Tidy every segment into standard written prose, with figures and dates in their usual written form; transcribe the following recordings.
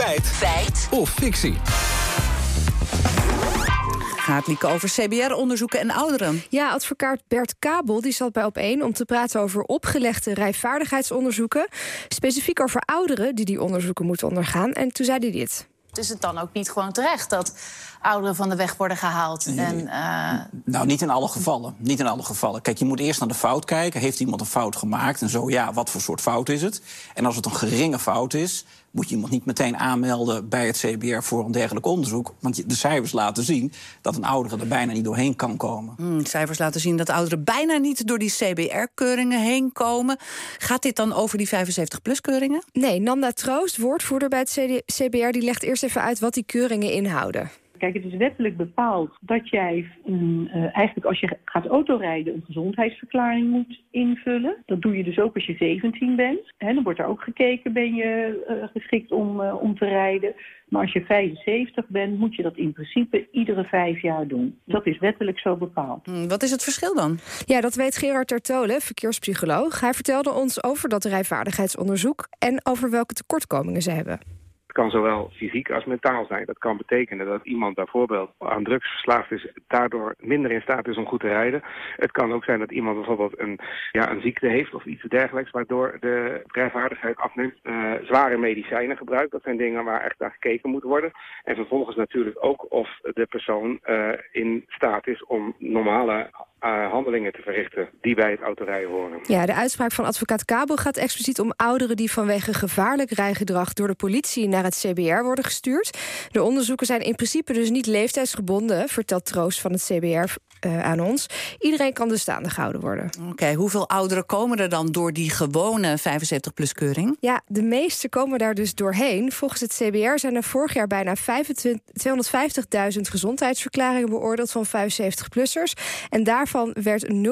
Feit of fictie? Gaat Lieke over CBR-onderzoeken en ouderen. Ja, advocaat Bert Kabel die zat bij Op1 om te praten over opgelegde rijvaardigheidsonderzoeken. Specifiek over ouderen die onderzoeken moeten ondergaan. En toen zei hij dit. Is het dan ook niet gewoon terecht dat ouderen van de weg worden gehaald? Nou, niet in alle gevallen. Niet in alle gevallen. Kijk, je moet eerst naar de fout kijken. Heeft iemand een fout gemaakt? En zo, ja, wat voor soort fout is het? En als het een geringe fout is, moet je iemand niet meteen aanmelden bij het CBR voor een dergelijk onderzoek. Want de cijfers laten zien dat een oudere er bijna niet doorheen kan komen. Cijfers laten zien dat ouderen bijna niet door die CBR-keuringen heen komen. Gaat dit dan over die 75-plus-keuringen? Nee, Nanda Troost, woordvoerder bij het CBR, die legt eerst even uit wat die keuringen inhouden. Kijk, het is wettelijk bepaald dat jij eigenlijk als je gaat autorijden een gezondheidsverklaring moet invullen. Dat doe je dus ook als je 17 bent. Dan wordt er ook gekeken, ben je geschikt om te rijden. Maar als je 75 bent, moet je dat in principe iedere 5 jaar doen. Dat is wettelijk zo bepaald. Wat is het verschil dan? Ja, dat weet Gerard Tertole, verkeerspsycholoog. Hij vertelde ons over dat rijvaardigheidsonderzoek en over welke tekortkomingen ze hebben. Het kan zowel fysiek als mentaal zijn. Dat kan betekenen dat iemand bijvoorbeeld aan drugs verslaafd is, daardoor minder in staat is om goed te rijden. Het kan ook zijn dat iemand bijvoorbeeld een ziekte heeft of iets dergelijks, waardoor de rijvaardigheid afneemt. Zware medicijnen gebruikt, dat zijn dingen waar echt naar gekeken moet worden. En vervolgens natuurlijk ook of de persoon in staat is om normale handelingen te verrichten die bij het autorijden horen. Ja, de uitspraak van advocaat Kabel gaat expliciet om ouderen die vanwege gevaarlijk rijgedrag door de politie naar het CBR worden gestuurd. De onderzoeken zijn in principe dus niet leeftijdsgebonden, vertelt Troost van het CBR aan ons. Iedereen kan dus staande gehouden worden. Oké, hoeveel ouderen komen er dan door die gewone 75-plus-keuring? Ja, de meeste komen daar dus doorheen. Volgens het CBR zijn er vorig jaar bijna 250.000 gezondheidsverklaringen beoordeeld van 75-plussers. En daarvan werd 0,7%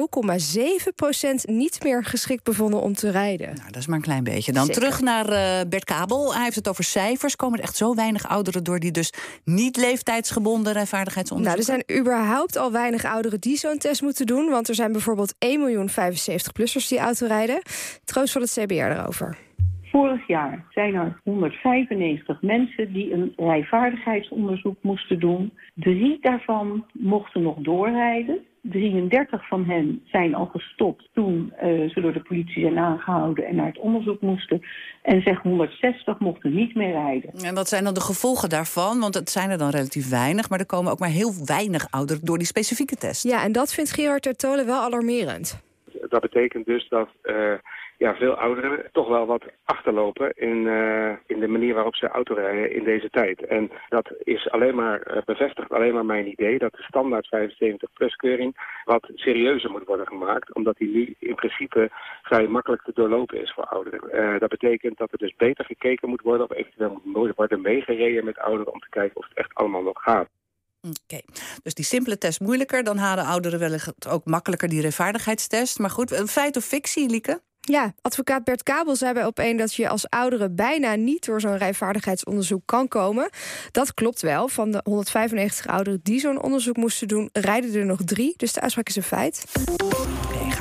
niet meer geschikt bevonden om te rijden. Nou, dat is maar een klein beetje. Dan Zeker. Terug naar Bert Kabel. Hij heeft het over cijfers. Komen er echt zo weinig ouderen door die dus niet leeftijdsgebonden rijvaardigheidsonderzoeken? Nou, er zijn überhaupt al weinig ouderen die zo'n test moeten doen. Want er zijn bijvoorbeeld 1 miljoen 75-plussers die autorijden. Troost van het CBR erover. Vorig jaar zijn er 195 mensen die een rijvaardigheidsonderzoek moesten doen. 3 daarvan mochten nog doorrijden. 33 van hen zijn al gestopt toen ze door de politie zijn aangehouden en naar het onderzoek moesten. En zeg 160 mochten niet meer rijden. En wat zijn dan de gevolgen daarvan? Want het zijn er dan relatief weinig, maar er komen ook maar heel weinig ouderen door die specifieke test. Ja, en dat vindt Gerard Tertole wel alarmerend. Dat betekent dus dat veel ouderen toch wel wat achterlopen in de manier waarop ze autorijden in deze tijd. En dat is bevestigt alleen maar mijn idee dat de standaard 75-plus-keuring wat serieuzer moet worden gemaakt, omdat die nu in principe vrij makkelijk te doorlopen is voor ouderen. Dat betekent dat er dus beter gekeken moet worden of eventueel moet worden meegereden met ouderen om te kijken of het echt allemaal nog gaat. Oké, dus die simpele test moeilijker. Dan halen ouderen wellicht ook makkelijker die rijvaardigheidstest. Maar goed, feit of fictie, Lieke? Ja, advocaat Bert Kabel zei bij Op1 dat je als oudere bijna niet door zo'n rijvaardigheidsonderzoek kan komen. Dat klopt wel. Van de 195 ouderen die zo'n onderzoek moesten doen, rijden er nog 3. Dus de uitspraak is een feit. Oké,